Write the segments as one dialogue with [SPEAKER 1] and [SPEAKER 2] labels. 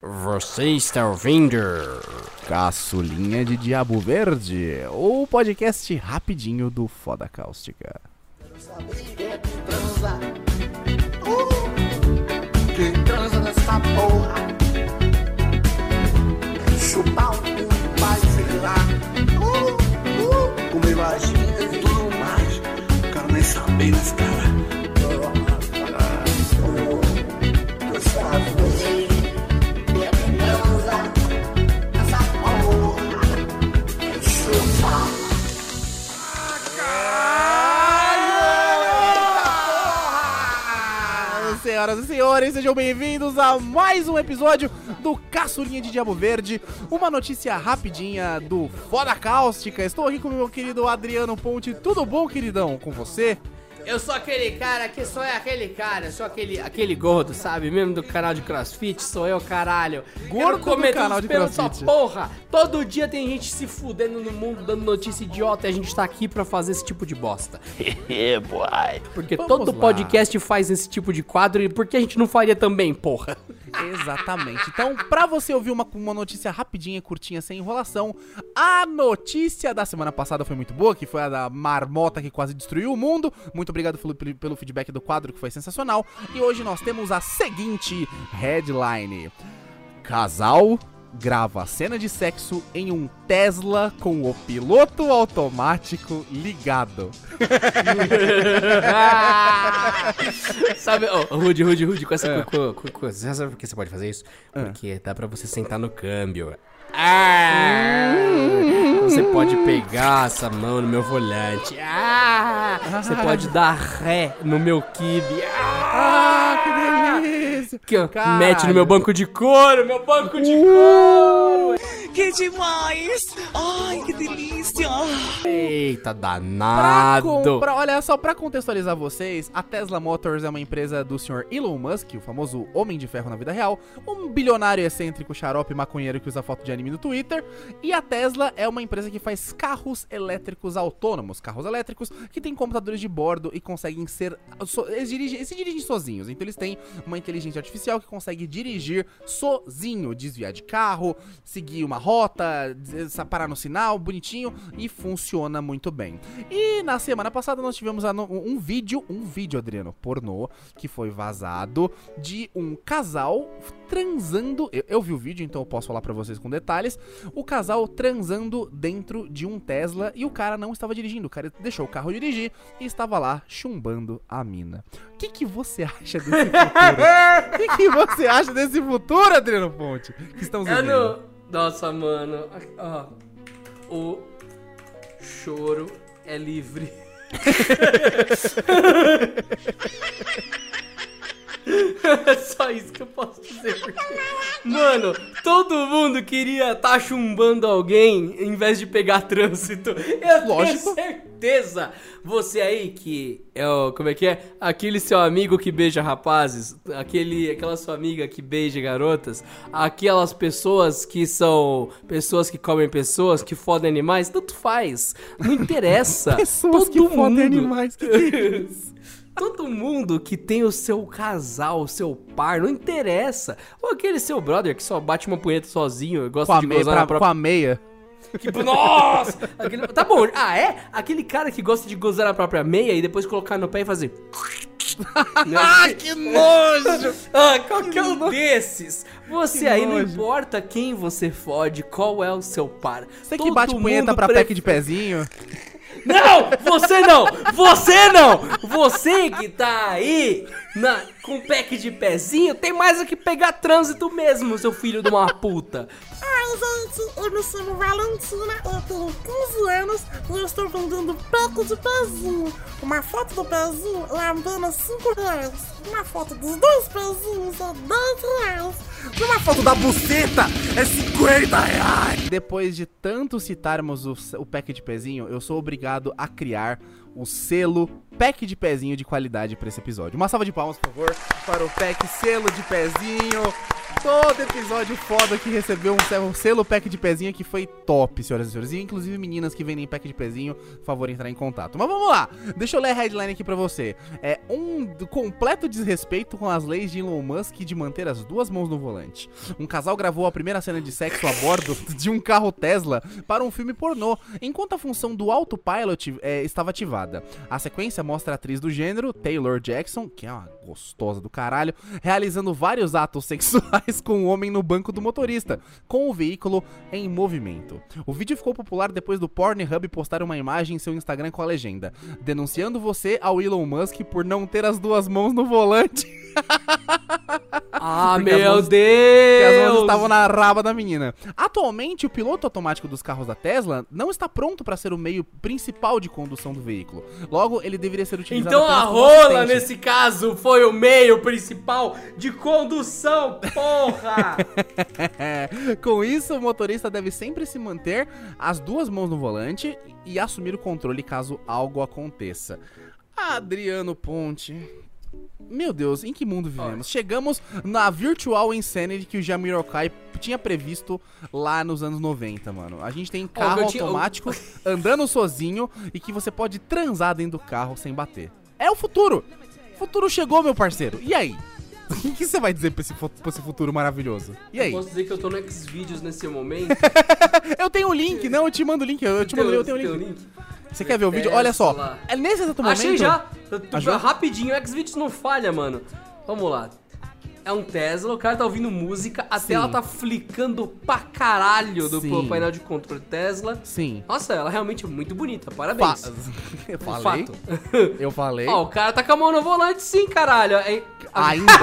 [SPEAKER 1] Você está ouvindo
[SPEAKER 2] Caçulinha de Diabo Verde, o podcast rapidinho do Foda Cáustica.
[SPEAKER 3] Quem transa nessa porra, chupar um cu, vai virar, comer vagina e tudo mais. Quero nem saber desse cara.
[SPEAKER 2] Senhoras e senhores, sejam bem-vindos a mais um episódio do Caçulinha de Diabo Verde, uma notícia rapidinha do Foda Cáustica. Estou aqui com o meu querido Adriano Ponte. Tudo bom, queridão, com você?
[SPEAKER 1] Eu sou aquele cara que só é aquele cara, sou aquele gordo, sabe? Mesmo do canal de CrossFit, sou eu, caralho.
[SPEAKER 2] Gordo do canal de CrossFit.
[SPEAKER 1] Porra, todo dia tem gente se fudendo no mundo, dando notícia idiota e a gente tá aqui pra fazer esse tipo de bosta. Porque
[SPEAKER 2] Vamos
[SPEAKER 1] todo
[SPEAKER 2] lá.
[SPEAKER 1] podcast faz esse tipo de quadro e por que a gente não faria também, porra?
[SPEAKER 2] Exatamente. Então, pra você ouvir uma notícia rapidinha, curtinha, sem enrolação, a notícia da semana passada foi muito boa, que foi a da marmota que quase destruiu o mundo. Muito obrigado pelo feedback do quadro, que foi sensacional. E hoje nós temos a seguinte headline: casal grava cena de sexo em um Tesla com o piloto automático ligado.
[SPEAKER 1] Sabe, Rude, com essa coisa. Sabe por que você pode fazer isso? Porque dá pra você sentar no câmbio. Você pode pegar essa mão no meu volante. Você pode dar ré no meu kibe.
[SPEAKER 2] Que delícia!
[SPEAKER 1] Que, ó,
[SPEAKER 2] Caralho.
[SPEAKER 1] mete no meu banco de couro, couro.
[SPEAKER 4] Que demais! Ai, que delícia!
[SPEAKER 1] Eita, danado.
[SPEAKER 2] Olha só, pra contextualizar vocês, a Tesla Motors é uma empresa do Sr. Elon Musk, o famoso Homem de Ferro na vida real, um bilionário excêntrico xarope maconheiro que usa foto de anime no Twitter, e a Tesla é uma empresa que faz carros elétricos autônomos, carros elétricos que têm computadores de bordo e conseguem se dirigem sozinhos. Então eles têm uma inteligência artificial que consegue dirigir sozinho, desviar de carro, seguir uma rota, parar no sinal, bonitinho, e funciona muito bem. E na semana passada nós tivemos um vídeo, Adriano, pornô, que foi vazado de um casal transando. Eu vi o vídeo, então eu posso falar pra vocês com detalhes. O casal transando dentro de um Tesla e o cara não estava dirigindo. O cara deixou o carro dirigir e estava lá chumbando a mina. O que você acha desse futuro? O que você acha desse futuro, Adriano Ponte? Que estamos vivendo?
[SPEAKER 1] Nossa, mano. Ó, o choro é livre. É só isso que eu posso dizer. Porque, mano, todo mundo queria tá chumbando alguém em vez de pegar trânsito. Eu
[SPEAKER 2] Lógico.
[SPEAKER 1] tenho certeza. Você aí que é o... Como é que é? Aquele seu amigo que beija rapazes. Aquela sua amiga que beija garotas. Aquelas pessoas que são pessoas que comem pessoas, que fodem animais. Tanto faz. Não interessa.
[SPEAKER 2] Pessoas que fodem animais. Que é isso?
[SPEAKER 1] Todo mundo que tem o seu casal, o seu par, não interessa. Ou aquele seu brother que só bate uma punheta sozinho e gosta de gozar na própria...
[SPEAKER 2] Com a meia.
[SPEAKER 1] Tipo, nossa! Tá bom, aquele cara que gosta de gozar na própria meia e depois colocar no pé e fazer...
[SPEAKER 2] Que nojo!
[SPEAKER 1] Qualquer um desses. Você aí, não importa quem você fode, qual é o seu par.
[SPEAKER 2] Você que bate punheta pra pack de pezinho.
[SPEAKER 1] Não! Você não! Você não! Você que tá aí com pack de pezinho tem mais o que pegar trânsito mesmo, seu filho de uma puta.
[SPEAKER 5] Oi, gente, eu me chamo Valentina, eu tenho 15 anos e eu estou vendendo pack de pezinho. Uma foto do pezinho é apenas R$5. Uma foto dos 2 pezinhos é R$10.
[SPEAKER 2] E uma foto da buceta é R$50. Depois de tanto citarmos o pack de pezinho, eu sou obrigado a criar o selo pack de pezinho de qualidade pra esse episódio. Uma salva de palmas, por favor, para o pack selo de pezinho. Todo episódio foda que recebeu um selo pack de pezinho que foi top, senhoras e senhores. E inclusive meninas que vendem pack de pezinho, por favor, entrar em contato. Mas vamos lá, deixa eu ler a headline aqui pra você. É um completo desrespeito com as leis de Elon Musk de manter as duas mãos no volante. Um casal gravou a primeira cena de sexo a bordo de um carro Tesla para um filme pornô, enquanto a função do autopilot estava ativada. A sequência mostra a atriz do gênero, Taylor Jackson, que é uma gostosa do caralho, realizando vários atos sexuais com o homem no banco do motorista, com o veículo em movimento. O vídeo ficou popular depois do Pornhub postar uma imagem em seu Instagram com a legenda: denunciando você ao Elon Musk por não ter as duas mãos no volante.
[SPEAKER 1] Ah,
[SPEAKER 2] Porque
[SPEAKER 1] meu
[SPEAKER 2] as mãos
[SPEAKER 1] Deus!
[SPEAKER 2] estavam na raba da menina. Atualmente, o piloto automático dos carros da Tesla não está pronto para ser o meio principal de condução do veículo. Logo, ele deveria ser utilizado
[SPEAKER 1] Então a
[SPEAKER 2] apenas como
[SPEAKER 1] rola,
[SPEAKER 2] assistente.
[SPEAKER 1] nesse caso, foi o meio principal de condução, porra!
[SPEAKER 2] Com isso, o motorista deve sempre se manter as duas mãos no volante e assumir o controle caso algo aconteça. Adriano Ponte. Meu Deus, em que mundo vivemos? Chegamos na virtual insanity que o Jamiroquai tinha previsto lá nos anos 90, mano. A gente tem carro automático andando sozinho e que você pode transar dentro do carro sem bater. É o futuro! O futuro chegou, meu parceiro. E aí? O que você vai dizer pra esse futuro maravilhoso? E aí?
[SPEAKER 1] Eu posso dizer que eu tô no Xvideos nesse momento?
[SPEAKER 2] Eu tenho o link, não, eu te mando o link. Eu tenho o link. Você quer ver o vídeo? Olha só. É nesse exato momento.
[SPEAKER 1] Achei já.
[SPEAKER 2] Achou?
[SPEAKER 1] Rapidinho, o Xvideos não falha, mano. Vamos lá. É um Tesla, o cara tá ouvindo música, a tela tá flicando pra caralho do painel de controle Tesla.
[SPEAKER 2] Sim.
[SPEAKER 1] Nossa, ela realmente é muito bonita, parabéns.
[SPEAKER 2] Eu falei.
[SPEAKER 1] Fato.
[SPEAKER 2] Eu falei.
[SPEAKER 1] Ó, o cara tá com a mão no volante sim, caralho.
[SPEAKER 2] Ainda.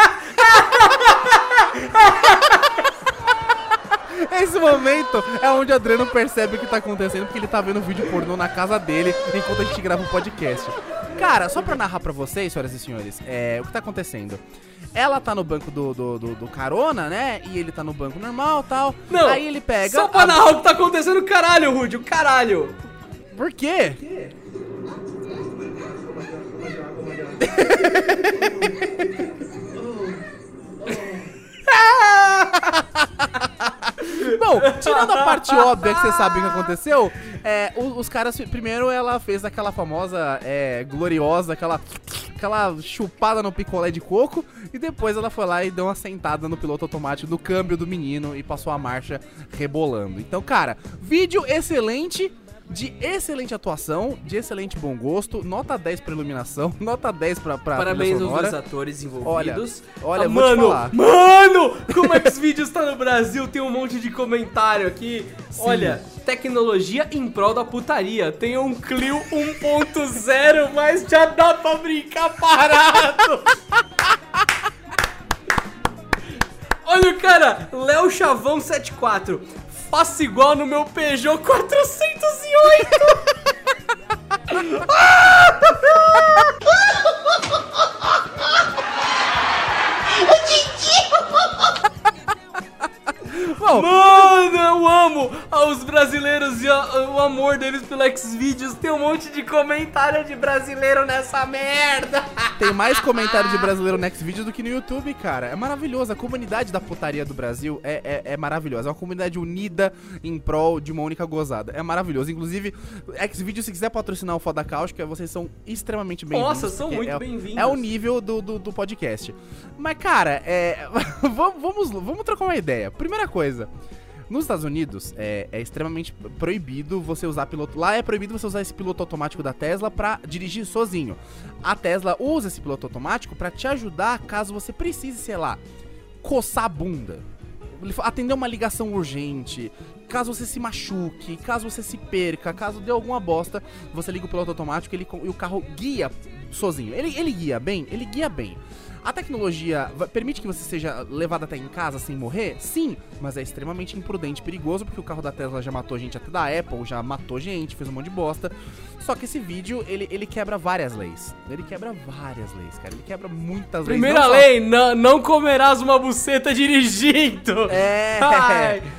[SPEAKER 2] Esse momento é onde o Adriano percebe o que tá acontecendo, porque ele tá vendo vídeo pornô na casa dele enquanto a gente grava um podcast. Cara, só pra narrar pra vocês, senhoras e senhores, o que tá acontecendo? Ela tá no banco do carona, né? E ele tá no banco normal e tal.
[SPEAKER 1] Não,
[SPEAKER 2] aí ele pega...
[SPEAKER 1] Só pra narrar o que tá acontecendo, caralho, Rudy, o caralho.
[SPEAKER 2] Por quê? Bom, tirando a parte óbvia que você sabe o que aconteceu, os caras, primeiro ela fez aquela famosa, gloriosa, aquela chupada no picolé de coco, e depois ela foi lá e deu uma sentada no piloto automático do câmbio do menino e passou a marcha rebolando. Então, cara, vídeo excelente, de excelente atuação, de excelente bom gosto, nota 10 pra iluminação, nota 10 pra
[SPEAKER 1] parabéns aos dois atores envolvidos.
[SPEAKER 2] Olha, eu vou
[SPEAKER 1] mano,
[SPEAKER 2] te falar.
[SPEAKER 1] Mano, como é que esse vídeo está no Brasil? Tem um monte de comentário aqui.
[SPEAKER 2] Sim.
[SPEAKER 1] Olha, tecnologia em prol da putaria. Tem um Clio 1.0, mas já dá pra brincar parado. Olha o cara, Léo Chavão 74. Faço igual no meu Peugeot 408.
[SPEAKER 2] Bom,
[SPEAKER 1] mano, eu amo aos brasileiros e o amor deles pelo Xvideos. Tem um monte de comentário de brasileiro nessa merda.
[SPEAKER 2] tem mais comentário de brasileiro no Xvideos do que no YouTube, cara. É maravilhoso. A comunidade da putaria do Brasil é maravilhosa. É uma comunidade unida em prol de uma única gozada. É maravilhoso. Inclusive, Xvideos, se quiser patrocinar o Foda Cáustica, vocês são extremamente bem-vindos.
[SPEAKER 1] Nossa, são muito bem-vindos.
[SPEAKER 2] É o nível do podcast. Mas, cara, vamos trocar uma ideia. Primeira coisa. Nos Estados Unidos, é extremamente proibido você usar piloto... Lá é proibido você usar esse piloto automático da Tesla pra dirigir sozinho. A Tesla usa esse piloto automático pra te ajudar caso você precise, sei lá, coçar a bunda, atender uma ligação urgente, caso você se machuque, caso você se perca, caso dê alguma bosta, você liga o piloto automático e o carro guia sozinho. Ele guia bem? Ele guia bem. A tecnologia permite que você seja levado até em casa sem morrer? Sim, mas é extremamente imprudente e perigoso, porque o carro da Tesla já matou gente até da Apple, já matou gente, fez um monte de bosta. Só que esse vídeo, ele quebra várias leis. Ele quebra várias leis, cara. Ele quebra muitas leis.
[SPEAKER 1] Primeira lei, não comerás uma buceta dirigindo.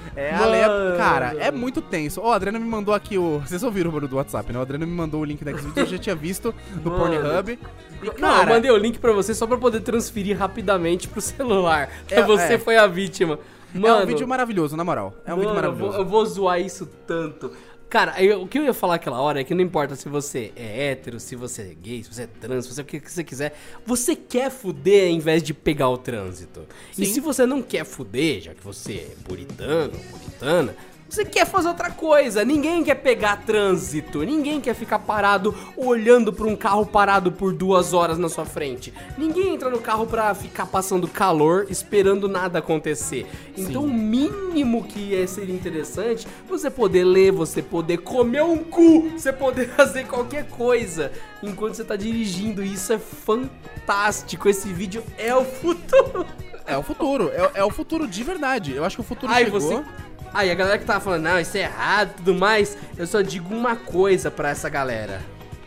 [SPEAKER 2] Cara, é muito tenso. Ó, o Adriano me mandou aqui Vocês ouviram o barulho do WhatsApp, né? O Adriano me mandou o link da Xvideos, eu já tinha visto do Pornhub. E, cara,
[SPEAKER 1] não, eu mandei o link pra você só pra poder transferir rapidamente pro celular. Você foi a vítima. Mano,
[SPEAKER 2] é um vídeo maravilhoso, na moral. É um vídeo maravilhoso.
[SPEAKER 1] Eu vou zoar isso tanto. Cara, o que eu ia falar aquela hora é que não importa se você é hétero, se você é gay, se você é trans, se você é o que você quiser. Você quer fuder ao invés de pegar o trânsito.
[SPEAKER 2] Sim.
[SPEAKER 1] E se você não quer fuder, já que você é puritano, puritana, você quer fazer outra coisa. Ninguém quer pegar trânsito. Ninguém quer ficar parado olhando pra um carro parado por 2 horas na sua frente. Ninguém entra no carro pra ficar passando calor, esperando nada acontecer. Então o mínimo que seria interessante, você poder ler, você poder comer um cu, você poder fazer qualquer coisa enquanto você tá dirigindo. Isso é fantástico. Esse vídeo é o futuro.
[SPEAKER 2] É o futuro. É o futuro de verdade. Eu acho que o futuro chegou.
[SPEAKER 1] Aí a galera que tava falando, não, isso é errado e tudo mais, eu só digo uma coisa pra essa galera.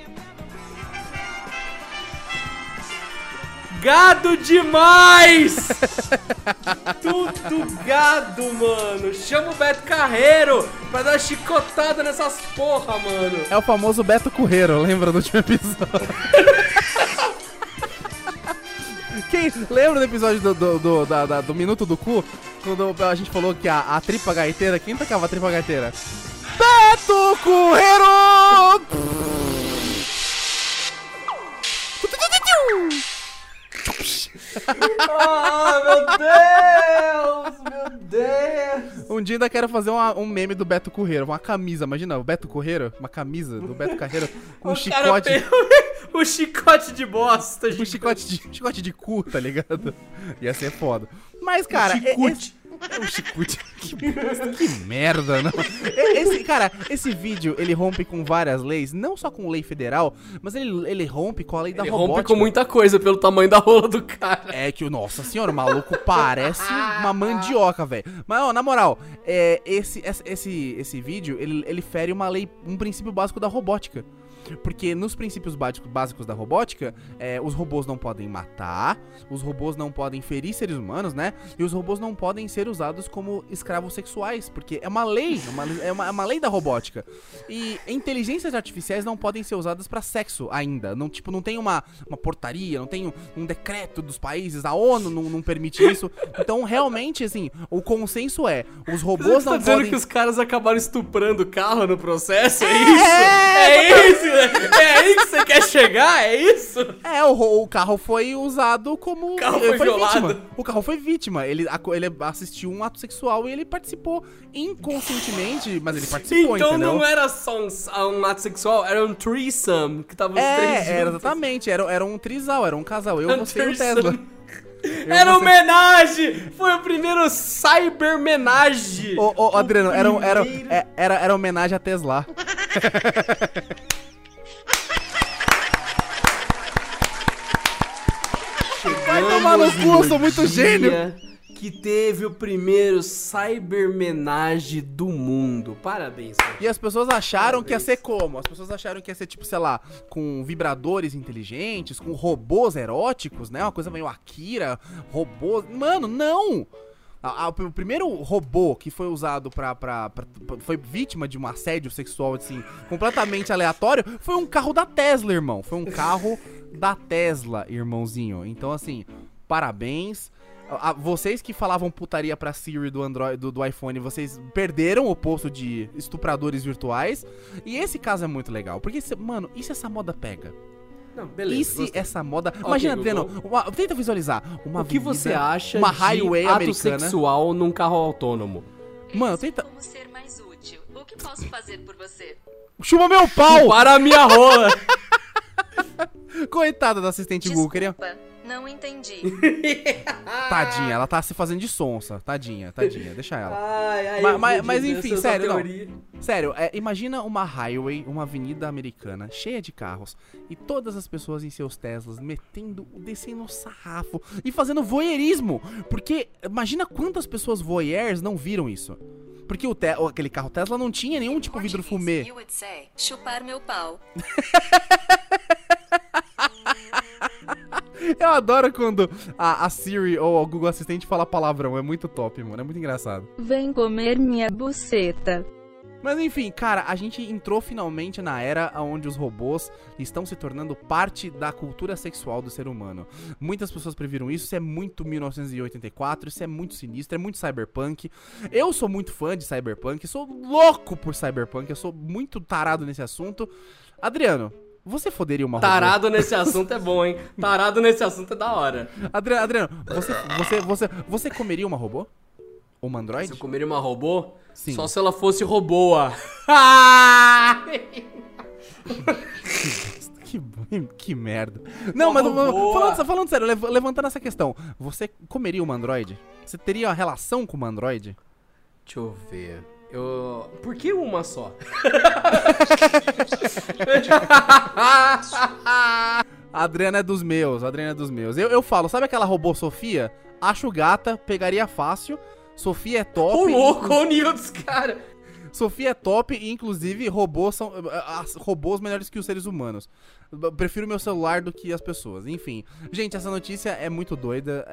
[SPEAKER 1] Gado demais! Tudo gado, mano. Chama o Beto Carreiro pra dar chicotada nessas porra, mano.
[SPEAKER 2] É o famoso Beto Correiro, lembra do último episódio? Quem lembra do episódio do Minuto do Cu? Quando a gente falou que a tripa gaiteira, quem tocava a tripa gaiteira? Beto Correiro!
[SPEAKER 1] Meu Deus!
[SPEAKER 2] Um dia ainda quero fazer um meme do Beto Correiro, uma camisa, imagina, o Beto Correiro, uma camisa do Beto Carreiro com um chicote.
[SPEAKER 1] O chicote de bosta.
[SPEAKER 2] Um chicote de cu, tá ligado? Ia ser foda. Mas, cara, um chicute. Que merda, não? Esse vídeo, ele rompe com várias leis, não só com lei federal, mas ele rompe com a lei da robótica.
[SPEAKER 1] Ele rompe com muita coisa pelo tamanho da rola do cara.
[SPEAKER 2] É que, nossa senhora, o maluco parece uma mandioca, velho. Mas, ó, na moral, esse vídeo, ele fere uma lei, um princípio básico da robótica. Porque nos princípios básicos da robótica, os robôs não podem matar, os robôs não podem ferir seres humanos, né? E os robôs não podem ser usados como escravos sexuais, porque é uma lei, é uma lei da robótica. E inteligências artificiais não podem ser usadas pra sexo ainda. Não, não tem uma portaria, não tem um decreto dos países, a ONU não permite isso. Então, realmente, assim, o consenso os robôs não podem...
[SPEAKER 1] Você tá dizendo que os caras acabaram estuprando o carro no processo? É isso? É isso? É aí que você quer chegar? É isso?
[SPEAKER 2] O carro foi usado como...
[SPEAKER 1] O carro foi violado.
[SPEAKER 2] Vítima. O carro foi vítima. Ele assistiu um ato sexual e ele participou inconscientemente, mas ele participou,
[SPEAKER 1] então
[SPEAKER 2] entendeu?
[SPEAKER 1] Não era só um ato sexual, era um threesome, que tava os três juntos.
[SPEAKER 2] Exatamente. Era um trisal, era um casal. Você e o Tesla.
[SPEAKER 1] Era homenagem! Foi o primeiro cybermenage!
[SPEAKER 2] Ô, Adriano, era homenagem a Tesla. Vai tomar no cu, eu sou muito gênio!
[SPEAKER 1] Que teve o primeiro cybermenage do mundo. Parabéns, cara.
[SPEAKER 2] E as pessoas acharam que ia ser como? As pessoas acharam que ia ser, tipo, sei lá, com vibradores inteligentes, com robôs eróticos, né? Uma coisa meio Akira, robôs... Mano, não! O primeiro robô que foi usado foi vítima de um assédio sexual, assim, completamente aleatório, foi um carro da Tesla, irmão. Foi um carro da Tesla, irmãozinho. Então, assim, parabéns. Vocês que falavam putaria pra Siri do Android, do iPhone, vocês perderam o posto de estupradores virtuais. E esse caso é muito legal, porque, mano, e se essa moda pega?
[SPEAKER 1] Não, beleza.
[SPEAKER 2] E se essa moda... Imagina, Adriano, tenta visualizar uma
[SPEAKER 1] o que
[SPEAKER 2] avenida,
[SPEAKER 1] você acha
[SPEAKER 2] uma highway
[SPEAKER 1] de ato
[SPEAKER 2] americana
[SPEAKER 1] sexual num carro autônomo?
[SPEAKER 2] Mano, tenta...
[SPEAKER 6] Como ser mais útil? O que posso fazer por você?
[SPEAKER 2] Chupa meu pau!
[SPEAKER 1] Para a minha rola!
[SPEAKER 2] Coitada da assistente Google, queria...
[SPEAKER 6] Não entendi.
[SPEAKER 2] Tadinha, ela tá se fazendo de sonsa. Tadinha, deixa ela. Mas enfim, sério, não. Sério, imagina uma highway, uma avenida americana cheia de carros e todas as pessoas em seus Teslas descendo o sarrafo e fazendo voyeurismo. Porque imagina quantas pessoas voyeurs não viram isso. Porque aquele carro Tesla não tinha nenhum tipo de vidro fumê.
[SPEAKER 6] You would say, chupar meu pau.
[SPEAKER 2] Eu adoro quando a Siri ou o Google Assistente fala palavrão. É muito top, mano. É muito engraçado.
[SPEAKER 7] Vem comer minha buceta.
[SPEAKER 2] Mas enfim, cara, a gente entrou finalmente na era onde os robôs estão se tornando parte da cultura sexual do ser humano. Muitas pessoas previram isso, isso é muito 1984, isso é muito sinistro, é muito cyberpunk. Eu sou muito fã de cyberpunk, sou louco por cyberpunk, eu sou muito tarado nesse assunto. Adriano, você foderia uma robô?
[SPEAKER 1] Tarado nesse assunto é bom, hein? Tarado nesse assunto é da hora.
[SPEAKER 2] Adriano, você comeria uma robô? Uma androide?
[SPEAKER 1] Você comeria uma robô?
[SPEAKER 2] Sim.
[SPEAKER 1] Só se ela fosse robôa.
[SPEAKER 2] Que merda. Não, mas falando sério, levantando essa questão, você comeria uma androide? Você teria uma relação com uma androide?
[SPEAKER 1] Deixa eu ver. Por que uma só?
[SPEAKER 2] A Adriana é dos meus, Eu falo, sabe aquela robô Sofia? Acho gata, pegaria fácil. Sofia é top.
[SPEAKER 1] Ô, louco, o nível dos caras.
[SPEAKER 2] Sofia é top e, inclusive, robôs são robôs melhores que os seres humanos. Eu prefiro meu celular do que as pessoas. Enfim, gente, essa notícia é muito doida.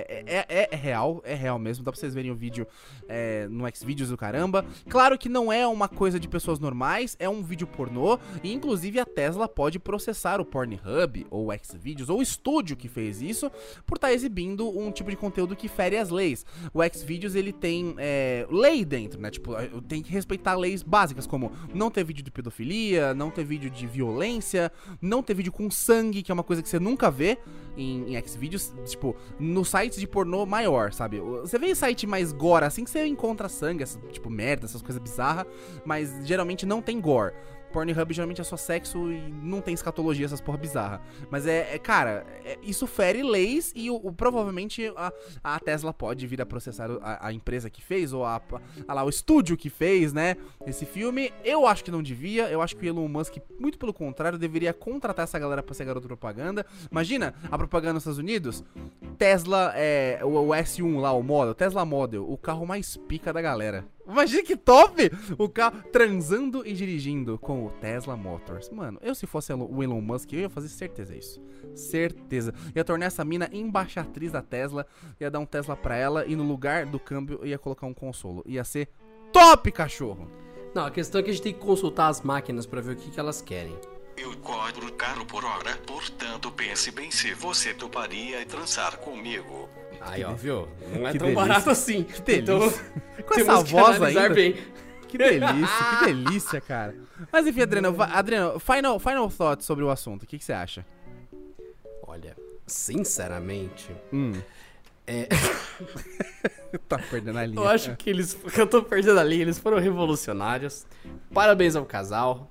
[SPEAKER 2] É real mesmo. Dá pra vocês verem o vídeo no Xvideos do caramba. Claro que não é uma coisa de pessoas normais, é um vídeo pornô. E, inclusive, a Tesla pode processar o Pornhub, ou o Xvideos, ou o estúdio que fez isso, por estar exibindo um tipo de conteúdo que fere as leis. O Xvideos, ele tem lei dentro, né? Tipo, tem que respeitar leis básicas, como não ter vídeo de pedofilia, não ter vídeo de violência, não ter vídeo com sangue, que é uma coisa que você nunca vê em Xvideos, tipo, nos sites de pornô maior, sabe? Você vê em site mais gore, assim, que você encontra sangue, tipo, merda, essas coisas bizarras, mas geralmente não tem gore. Pornhub geralmente é só sexo e não tem escatologia, essas porra bizarra. Mas cara, isso fere leis e provavelmente a Tesla pode vir a processar a empresa que fez, ou o estúdio que fez, né, esse filme. Eu acho que não devia, eu acho que o Elon Musk, muito pelo contrário, deveria contratar essa galera pra ser garoto propaganda. Imagina a propaganda nos Estados Unidos, Tesla, o S1 lá, o Model, Tesla Model, o carro mais pica da galera. Imagina que top! O carro transando e dirigindo com o Tesla Motors. Mano, eu se fosse o Elon Musk, eu ia fazer certeza isso. Certeza. Ia tornar essa mina embaixatriz da Tesla, ia dar um Tesla pra ela e no lugar do câmbio ia colocar um consolo. Ia ser top, cachorro!
[SPEAKER 1] Não, a questão é que a gente tem que consultar as máquinas pra ver o que elas querem.
[SPEAKER 3] Eu cobro caro por hora, portanto pense bem se você toparia transar comigo.
[SPEAKER 1] Aí, ó, viu? Não é
[SPEAKER 2] Que
[SPEAKER 1] tão
[SPEAKER 2] delícia.
[SPEAKER 1] barato assim.
[SPEAKER 2] Que delícia.
[SPEAKER 1] Então,
[SPEAKER 2] Com
[SPEAKER 1] temos
[SPEAKER 2] essa
[SPEAKER 1] que
[SPEAKER 2] voz
[SPEAKER 1] analisar
[SPEAKER 2] ainda.
[SPEAKER 1] bem.
[SPEAKER 2] Que delícia, cara. Mas enfim, Adriano, final thoughts sobre o assunto. O que você acha?
[SPEAKER 1] Olha, sinceramente,
[SPEAKER 2] Tá perdendo a linha.
[SPEAKER 1] eu acho que eu tô perdendo a linha, eles foram revolucionários. Parabéns ao casal.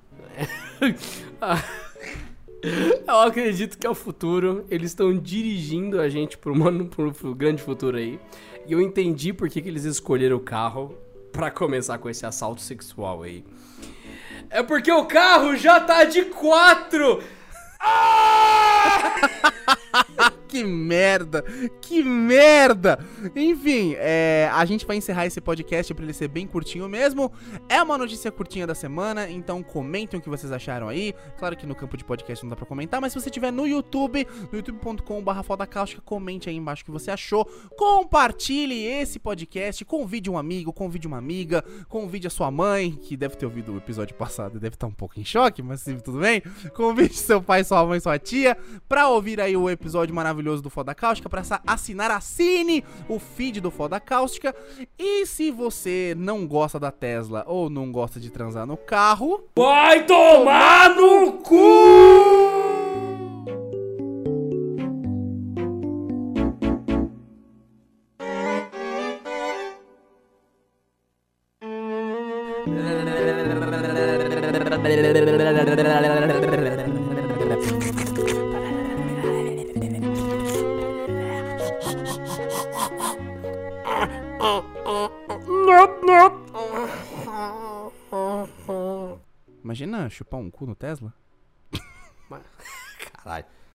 [SPEAKER 1] Eu acredito que é o futuro. Eles estão dirigindo a gente pro grande futuro aí. E eu entendi por que eles escolheram o carro pra começar com esse assalto sexual aí. É porque o carro já tá de 4!
[SPEAKER 2] Que merda! Que merda! Enfim, a gente vai encerrar esse podcast pra ele ser bem curtinho mesmo. É uma notícia curtinha da semana, então comentem o que vocês acharam aí. Claro que no campo de podcast não dá pra comentar, mas se você estiver no YouTube, no youtube.com/fodacáustica, comente aí embaixo o que você achou. Compartilhe esse podcast, convide um amigo, convide uma amiga, convide a sua mãe, que deve ter ouvido o episódio passado e deve estar um pouco em choque, mas tudo bem. Convide seu pai, sua mãe, sua tia, pra ouvir aí o episódio maravilhoso do Foda Cáustica, pra assine o feed do Foda Cáustica. E se você não gosta da Tesla ou não gosta de transar no carro,
[SPEAKER 1] Vai tomar no cu!
[SPEAKER 2] imagina chupar um cu no Tesla.
[SPEAKER 1] Caralho.